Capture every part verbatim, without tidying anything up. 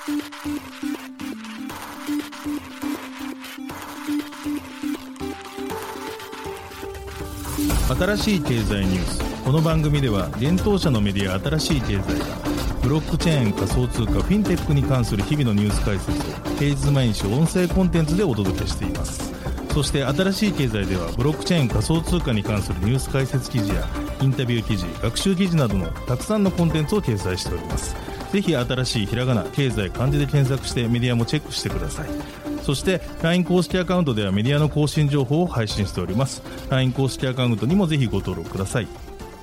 新しい経済ニュース。この番組では現当社のメディア新しい経済がブロックチェーン、仮想通貨、フィンテックに関する日々のニュース解説を平日毎日音声コンテンツでお届けしています。そして新しい経済ではブロックチェーン、仮想通貨に関するニュース解説記事やインタビュー記事、学習記事などのたくさんのコンテンツを掲載しております。ぜひ新しいひらがな、経済、漢字で検索してメディアもチェックしてください。そして ライン 公式アカウントではメディアの更新情報を配信しております。 ライン 公式アカウントにもぜひご登録ください。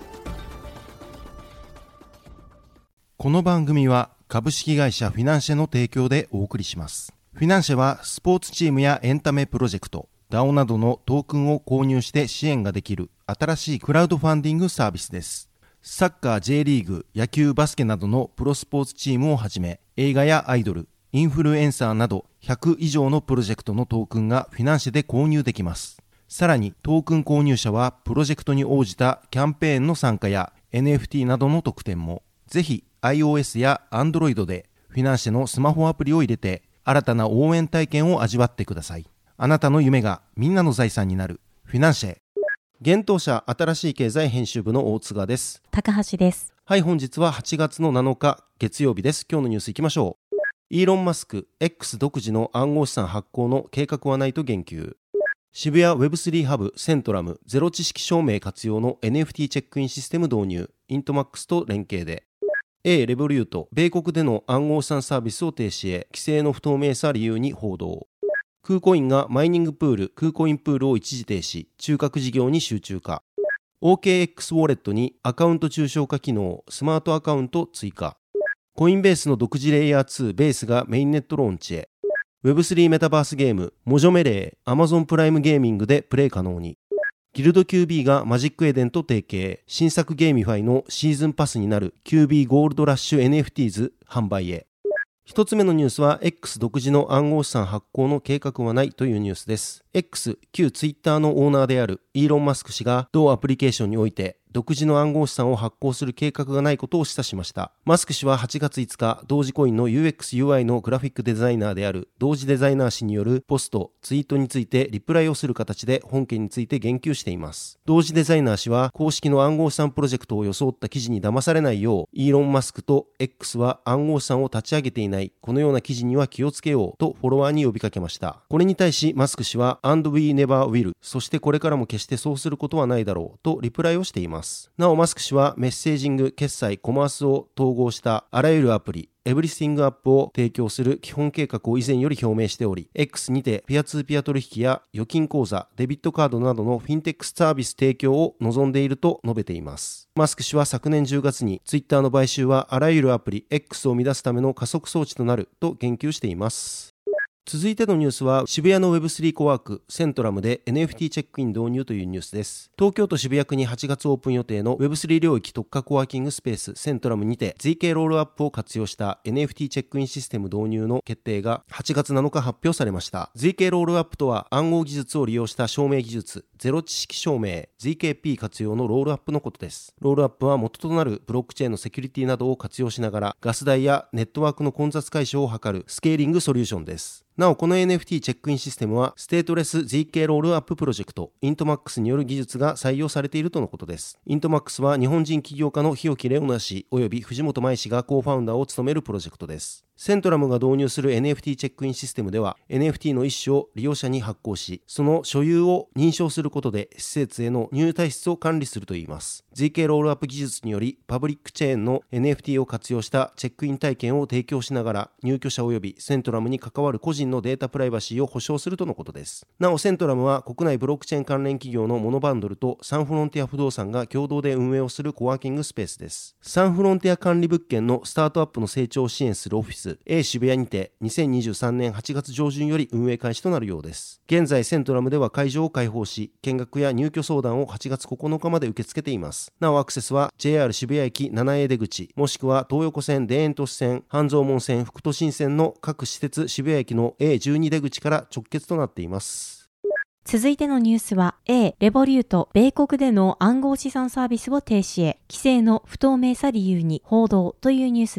この番組は株式会社フィナンシェの提供でお送りします。フィナンシェはスポーツチームやエンタメプロジェクト、ダオ などのトークンを購入して支援ができる新しいクラウドファンディングサービスです。サッカー、J リーグ、野球、バスケなどのプロスポーツチームをはじめ、映画やアイドル、インフルエンサーなどひゃく以上のプロジェクトのトークンがフィナンシェで購入できます。さらにトークン購入者はプロジェクトに応じたキャンペーンの参加や エヌエフティー などの特典も。ぜひ iOS や Android でフィナンシェのスマホアプリを入れて新たな応援体験を味わってください。あなたの夢がみんなの財産になるフィナンシェ。現当社新しい経済編集部の大津賀です。 高橋です。 はい、本日ははちがつのなのか月曜日です。今日のニュースいきましょう。イーロン・マスク、X 独自の暗号資産発行の計画はないと言及。渋谷 ウェブスリー ハブセントラムゼロ知識証明活用の エヌエフティー チェックインシステム導入、イントマックスと連携で。A レボリュート、米国での暗号資産サービスを停止へ、規制の不透明さ理由に報道。空コインがマイニングプール、空コインプールを一時停止、中核事業に集中化。オーケーエックス ウォレットにアカウント抽象化機能、スマートアカウント追加。コインベースの独自レイヤーツーベースがメインネットローンチへ。ウェブスリー メタバースゲーム、モジョメレー、Amazon プライムゲーミングでプレイ可能に。ギルド キュービー がマジックエデンと提携、新作ゲーミファイのシーズンパスになる キュービー ゴールドラッシュ エヌエフティーズ 販売へ。一つ目のニュースは X 独自の暗号資産発行の計画はないというニュースです。X、旧ツイッターのオーナーであるイーロン・マスク氏が同アプリケーションにおいて独自の暗号資産を発行する計画がないことを示唆しました。マスク氏ははちがついつか、同時コインの ユーエックスユーアイ のグラフィックデザイナーである同時デザイナー氏によるポスト、ツイートについてリプライをする形で本件について言及しています。同時デザイナー氏は公式の暗号資産プロジェクトを装った記事に騙されないよう、イーロン・マスクと X は暗号資産を立ち上げていない、このような記事には気をつけようとフォロワーに呼びかけました。これに対しマスク氏は And we never will、 そしてこれからも決してそうすることはないだろうとリプライをしています。なおマスク氏はメッセージング、決済、コマースを統合したあらゆるアプリ、エブリシングアップを提供する基本計画を以前より表明しており、X にてピアツーピア取引や預金口座、デビットカードなどのフィンテックサービス提供を望んでいると述べています。マスク氏は昨年じゅうがつに Twitter の買収はあらゆるアプリ X を生み出すための加速装置となると言及しています。続いてのニュースは渋谷の ウェブスリー コワークセントラムで エヌエフティー チェックイン導入というニュースです。東京都渋谷区にはちがつオープン予定の ウェブスリー 領域特化コワーキングスペースセントラムにて ゼッケー ロールアップを活用した エヌエフティー チェックインシステム導入の決定がはちがつなのか発表されました。 ゼッケー ロールアップとは暗号技術を利用した証明技術、ゼロ知識証明 ゼッケーピー 活用のロールアップのことです。ロールアップは元となるブロックチェーンのセキュリティなどを活用しながらガス代やネットワークの混雑解消を図るスケーリングソリューションです。なおこの エヌエフティー チェックインシステムはステートレス ゼッケー ロールアッププロジェクトイントマックスによる技術が採用されているとのことです。イントマックスは日本人起業家の日置レオナ氏および藤本舞氏がコーファウンダーを務めるプロジェクトです。セントラムが導入する エヌエフティー チェックインシステムでは エヌエフティー の一種を利用者に発行し、その所有を認証することで施設への入退出を管理するといいます。 ゼッケー ロールアップ技術によりパブリックチェーンの エヌエフティー を活用したチェックイン体験を提供しながら入居者及びセントラムに関わる個人のデータプライバシーを保証するとのことです。なおセントラムは国内ブロックチェーン関連企業のモノバンドルとサンフロンティア不動産が共同で運営をするコワーキングスペースです。サンフロンティア管理物件のスタートアップの成長を支援するオフィス A 渋谷にてにせんにじゅうさんねんはちがつ上旬より運営開始となるようです。現在セントラムでは会場を開放し、見学や入居相談をはちがつここのかまで受け付けています。なおアクセスは ジェイアール 渋谷駅 ななエー 出口もしくは東横線、田園都市線、半蔵門線、副都心線の各施設渋谷駅の エーじゅうに 出口から直結となっています。 続いてのニュースは A レボリュート米国での暗号資産サービスを停止へ、規制の不透明さ理由に報道というニュースです。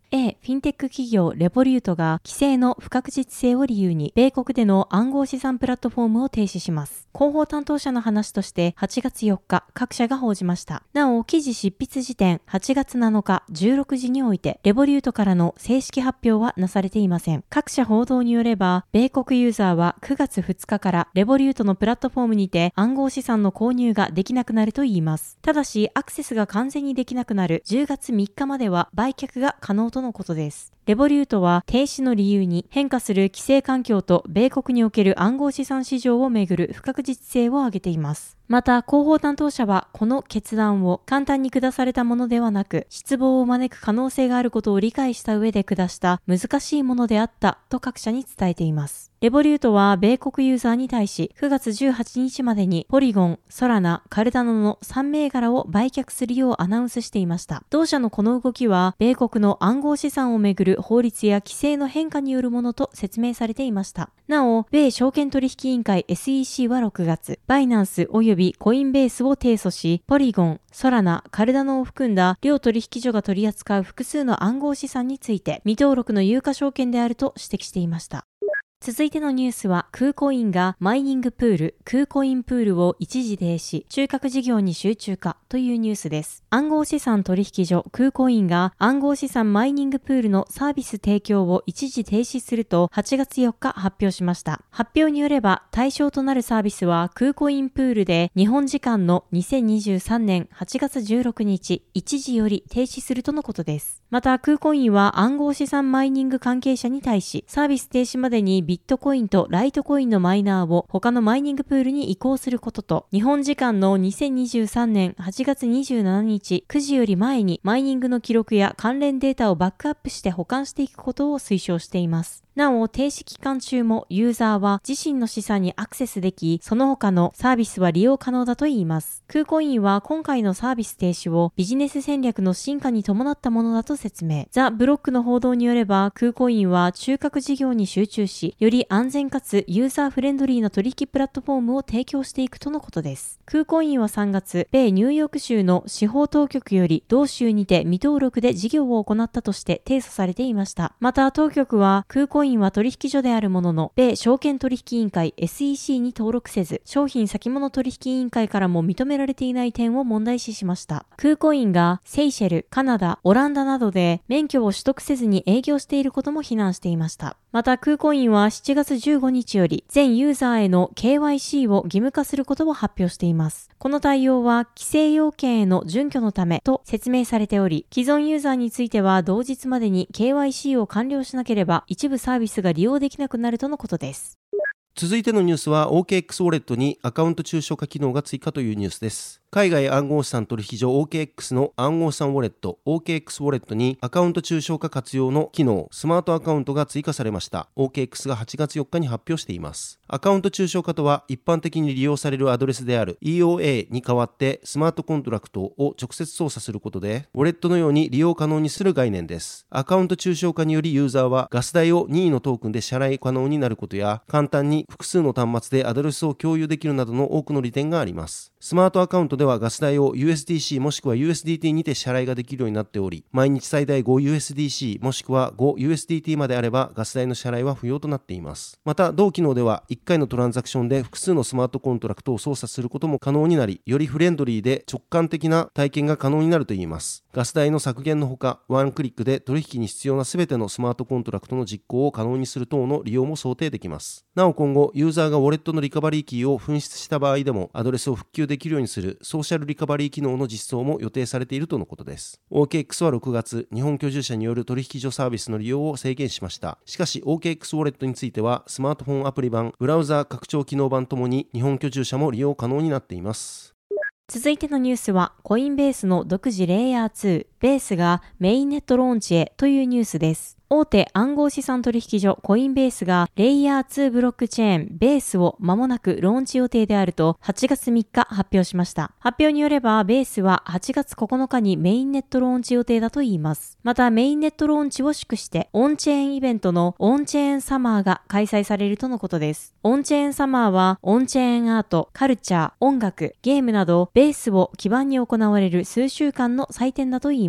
A、フィンテック企業レボリュートが規制の不確実性を理由に米国での暗号資産プラットフォームを停止します。広報担当者の話としてはちがつよっか各社が報じました。なお、記事執筆時点はちがつなのかじゅうろくじにおいてレボリュートからの正式発表はなされていません。各社報道によれば、米国ユーザーはくがつふつかからレボリュートのプラットフォームにて暗号資産の購入ができなくなるといいます。ただし、アクセスが完全にできなくなるじゅうがつみっかまでは売却が可能とのことです。レボリュートは停止の理由に変化する規制環境と米国における暗号資産市場をめぐる不確実性を挙げています。また、広報担当者はこの決断を簡単に下されたものではなく、失望を招く可能性があることを理解した上で下した難しいものであったと各社に伝えています。レボリュートは米国ユーザーに対しくがつじゅうはちにちまでにポリゴン、ソラナ、カルダノのさんめいがらを売却するようアナウンスしていました。同社のこの動きは米国の暗号資産をめぐる法律や規制の変化によるものと説明されていました。なお、米証券取引委員会 エスイーシー はろくがつ、バイナンス及びコインベースを提訴し、ポリゴン、ソラナ、カルダノを含んだ両取引所が取り扱う複数の暗号資産について未登録の有価証券であると指摘していました。続いてのニュースは、クーコインがマイニングプール、クーコインプールを一時停止、中核事業に集中化というニュースです。暗号資産取引所クーコインが暗号資産マイニングプールのサービス提供を一時停止するとはちがつよっか発表しました。発表によれば、対象となるサービスはクーコインプールで日本時間のにせんにじゅうさんねんはちがつじゅうろくにち一時より停止するとのことです。また、クーコインは暗号資産マイニング関係者に対し、サービス停止までにビットコインとライトコインのマイナーを他のマイニングプールに移行することと、日本時間のにせんにじゅうさんねんはちがつにじゅうしちにちくじより前にマイニングの記録や関連データをバックアップして保管していくことを推奨しています。なお、停止期間中もユーザーは自身の資産にアクセスでき、その他のサービスは利用可能だといいます。クーコインは今回のサービス停止をビジネス戦略の進化に伴ったものだと説明。ザ・ブロックの報道によれば、クーコインは中核事業に集中し、より安全かつユーザーフレンドリーな取引プラットフォームを提供していくとのことです。クーコインはさんがつ、米ニューヨーク州の司法当局より同州にて未登録で事業を行ったとして提訴されていました。また、当局はクーコインは取引所であるものの、米証券取引委員会 エスイーシー に登録せず、商品先物取引委員会からも認められていない点を問題視しました。クーコインがセイシェル、カナダ、オランダなどで免許を取得せずに営業していることも非難していました。また、クーコインはしちがつじゅうごにちより全ユーザーへの ケーワイシー を義務化することを発表しています。この対応は規制要件への準拠のためと説明されており、既存ユーザーについては同日までに ケーワイシー を完了しなければ一部サービスが利用できなくなるとのことです。 続いてのニュースは オーケーエックス ウォレットにアカウント抽象化機能が追加というニュースです。海外暗号資産取引所 オーケーエックス の暗号資産ウォレット オーケーエックス ウォレットにアカウント抽象化活用の機能スマートアカウントが追加されました。 オーケーエックス がはちがつよっかに発表しています。アカウント抽象化とは一般的に利用されるアドレスである イーオーエー に代わってスマートコントラクトを直接操作することでウォレットのように利用可能にする概念です。アカウント抽象化によりユーザーはガス代を任意のトークンで支払い可能になることや簡単に複数の端末でアドレスを共有できるなどの多くの利点があります。スマートアカウントではガス代を ユーエスディーシー もしくは ユーエスディーティー にて支払いができるようになっており、毎日最大 ごユーエスディーシー もしくは ごユーエスディーティー まであればガス代の支払いは不要となっています。また同機能ではいっかいのトランザクションで複数のスマートコントラクトを操作することも可能になり、よりフレンドリーで直感的な体験が可能になるといいます。ガス代の削減のほか、ワンクリックで取引に必要なすべてのスマートコントラクトの実行を可能にする等の利用も想定できます。なお今後ユーザーがウォレットのリカバリーキーを紛失した場合でもアドレスを復旧できるようにするソーシャルリカバリー機能の実装も予定されているとのことです。 オーケーエックス はろくがつ、日本居住者による取引所サービスの利用を制限しました。しかし オーケーエックス ウォレットについてはスマートフォンアプリ版、ブラウザ拡張機能版ともに日本居住者も利用可能になっています。 続いてのニュースは、コインベースの独自レイヤーツー、ベースがメインネットローンチへというニュースです。大手暗号資産取引所コインベースがレイヤーツーブロックチェーンベースを間もなくローンチ予定であるとはちがつみっか発表しました。発表によればベースははちがつここのかにメインネットローンチ予定だといいます。またメインネットローンチを祝してオンチェーンイベントのオンチェーンサマーが開催されるとのことです。オンチェーンサマーはオンチェーンアート、カルチャー、音楽、ゲームなどベースを基盤に行われる数週間の祭典だといいます。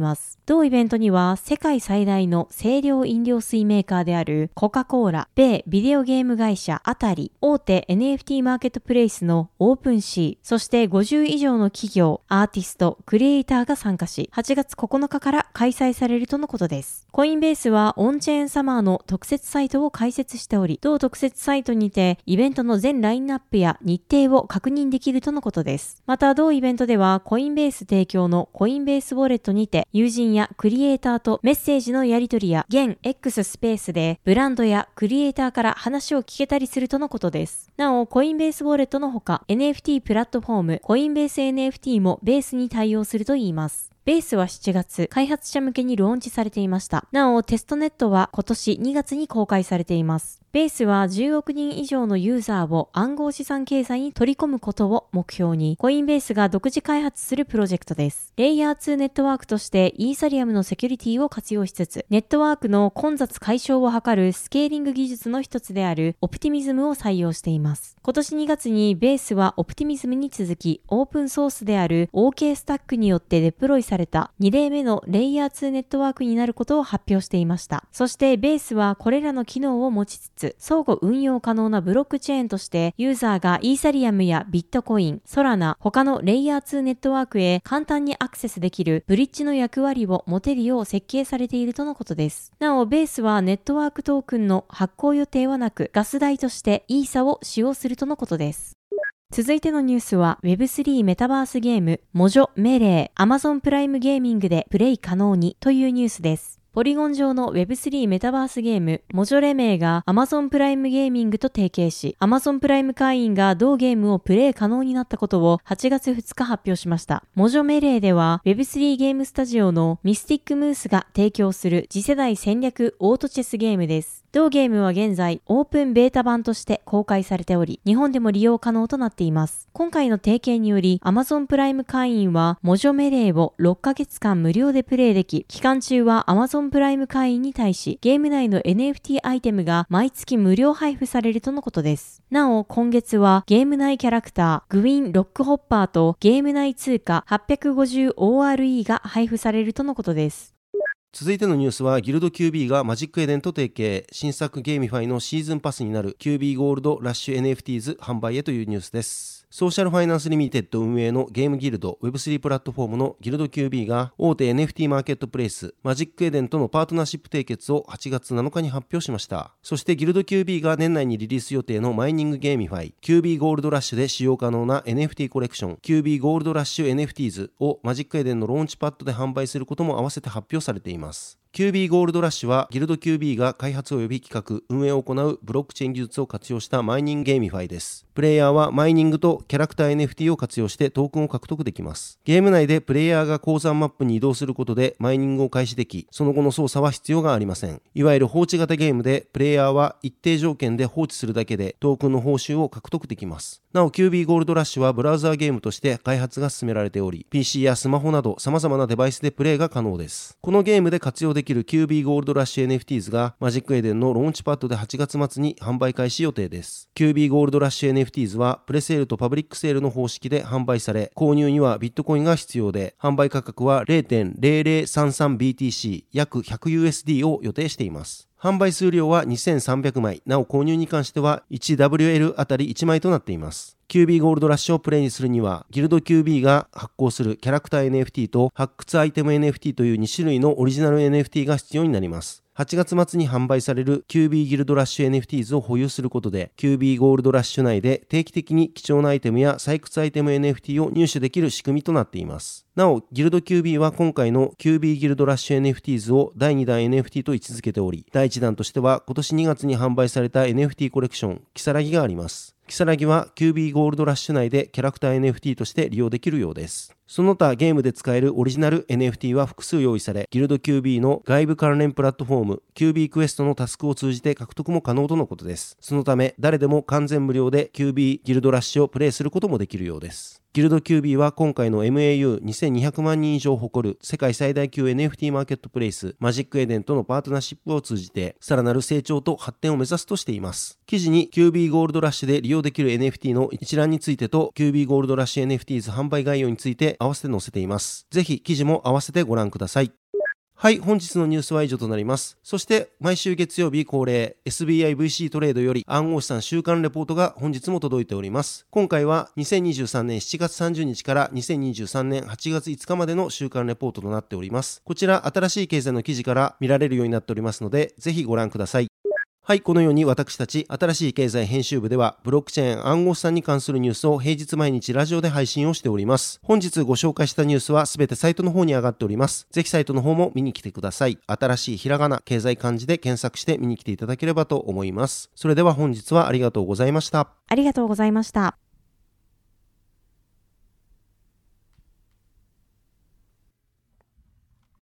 ます。同イベントには世界最大の清涼飲料水メーカーであるコカ・コーラ、米ビデオゲーム会社アタリ、大手 エヌエフティー マーケットプレイスのオープンシー、そしてごじゅう以上の企業、アーティスト、クリエイターが参加し、はちがつここのかから開催されるとのことです。コインベースはオンチェーンサマーの特設サイトを開設しており、同特設サイトにてイベントの全ラインナップや日程を確認できるとのことです。また同イベントではコインベース提供のコインベースウォレットにて友人やクリエイターとメッセージのやり取りや現 X スペースでブランドやクリエイターから話を聞けたりするとのことです。なおコインベースウォレットのほか エヌエフティー プラットフォームコインベース エヌエフティー もベースに対応するといいます。ベースはしちがつ、開発者向けにローンチされていました。なお、テストネットは今年にがつに公開されています。ベースはじゅうおくにん以上のユーザーを暗号資産経済に取り込むことを目標に、コインベースが独自開発するプロジェクトです。レイヤーツーネットワークとしてイーサリアムのセキュリティを活用しつつ、ネットワークの混雑解消を図るスケーリング技術の一つであるオプティミズムを採用しています。今年にがつにベースはオプティミズムに続き、オープンソースである オーケー スタックによってデプロイされたに例目のレイヤーツーネットワークになることを発表していました。そしてベースはこれらの機能を持ちつつ、相互運用可能なブロックチェーンとしてユーザーがイーサリアムやビットコイン、ソラナ、他のレイヤーツーネットワークへ簡単にアクセスできるブリッジの役割を持てるよう設計されているとのことです。なお、ベースはネットワークトークンの発行予定はなく、ガス代としてイーサを使用するとのことです。続いてのニュースは ウェブスリー メタバースゲームモジョメレー Amazon プライムゲーミングでプレイ可能にというニュースです。ポリゴン上の ウェブスリー メタバースゲームモジョレメーが Amazon プライムゲーミングと提携し、Amazon プライム会員が同ゲームをプレイ可能になったことをはちがつふつか発表しました。モジョメレーでは ウェブスリー ゲームスタジオのミスティックムースが提供する次世代戦略オートチェスゲームです。同ゲームは現在オープンベータ版として公開されており、日本でも利用可能となっています。今回の提携により Amazon プライム会員はモジョメレーをろっかげつかん無料でプレイでき、期間中は Amazon プライム会員に対しゲーム内の エヌエフティー アイテムが毎月無料配布されるとのことです。なお、今月はゲーム内キャラクターグウィン・ロックホッパーとゲーム内通貨 はっぴゃくごじゅうオーアールイー が配布されるとのことです。 続いてのニュースはギルド キュービー がマジックエデンと提携、新作ゲーミファイのシーズンパスになる キュービー ゴールドラッシュ エヌエフティーズ 販売へというニュースです。ソーシャルファイナンスリミテッド運営のゲームギルド ウェブスリー プラットフォームのギルド キュービー が大手 エヌエフティー マーケットプレイスマジックエデンとのパートナーシップ締結をはちがつなのかに発表しました。そしてギルド キュービー が年内にリリース予定のマイニングゲーミファイ キュービー ゴールドラッシュで使用可能な エヌエフティー コレクション キュービー ゴールドラッシュ エヌエフティーズ をマジックエデンのローンチパッドで販売することも合わせて発表されています。キュービー ゴールドラッシュはギルド キュービー が開発及び企画、運営を行うブロックチェーン技術を活用したマイニングゲーミファイです。プレイヤーはマイニングとキャラクター エヌエフティー を活用してトークンを獲得できます。ゲーム内でプレイヤーが鉱山マップに移動することでマイニングを開始でき、その後の操作は必要がありません。いわゆる放置型ゲームでプレイヤーは一定条件で放置するだけでトークンの報酬を獲得できます。なお キュービー ゴールドラッシュはブラウザーゲームとして開発が進められており、 ピーシー やスマホなど様々なデバイスでプレイが可能です。このゲームで活用できる キュービー ゴールドラッシュ エヌエフティーズ がマジックエデンのローンチパッドではちがつ末に販売開始予定です。 キュービー ゴールドラッシュ エヌエフティーズ はプレセールとパブリックセールの方式で販売され、購入にはビットコインが必要で、販売価格は ゼロてんゼロゼロさんさんビーティーシー 約 ひゃくユーエスディー を予定しています。販売数量はにせんさんびゃくまい、なお購入に関しては いちダブリューエル あたりいちまいとなっています。キュービー ゴールドラッシュをプレイにするには、ギルド キュービー が発行するキャラクター エヌエフティー と発掘アイテム エヌエフティー というにしゅるいのオリジナル エヌエフティー が必要になります。はちがつ末に販売される キュービー ギルドラッシュ エヌエフティーズ を保有することで キュービー ゴールドラッシュ内で定期的に貴重なアイテムや採掘アイテム エヌエフティー を入手できる仕組みとなっています。なお、ギルド キュービー は今回の キュービー ギルドラッシュ エヌエフティーズ をだいにだん エヌエフティー と位置づけており、だいいちだんとしては今年にがつに販売された エヌエフティー コレクションキサラギがあります。キサラギは キュービー ゴールドラッシュ内でキャラクター エヌエフティー として利用できるようです。その他ゲームで使えるオリジナル エヌエフティー は複数用意され、ギルド キュービー の外部関連プラットフォーム キュービー クエストのタスクを通じて獲得も可能とのことです。そのため誰でも完全無料で キュービー ギルドラッシュをプレイすることもできるようです。 ギルド キュービー は今回の エムエーユーにせんにひゃくまんにん以上を誇る世界最大級 エヌエフティー マーケットプレイスマジックエデンとのパートナーシップを通じてさらなる成長と発展を目指すとしています。記事に キュービー ゴールドラッシュで利用できる エヌエフティー の一覧についてと キュービー ゴールドラッシュ エヌエフティーズ 販売概要について合わせて載せています。ぜひ記事も合わせてご覧ください。はい、本日のニュースは以上となります。そして毎週月曜日恒例 エスビーアイブイシー トレードより暗号資産週間レポートが本日も届いております。今回はにせんにじゅうさんねんしちがつさんじゅうにちからにせんにじゅうさんねんはちがついつかまでの週間レポートとなっております。こちら新しい経済の記事から見られるようになっておりますので、ぜひご覧ください。はい、このように私たち新しい経済編集部ではブロックチェーン暗号資産に関するニュースを平日毎日ラジオで配信をしております。本日ご紹介したニュースはすべてサイトの方に上がっております。ぜひサイトの方も見に来てください。新しいひらがな、経済漢字で検索して見に来ていただければと思います。それでは本日はありがとうございました。 ありがとうございました。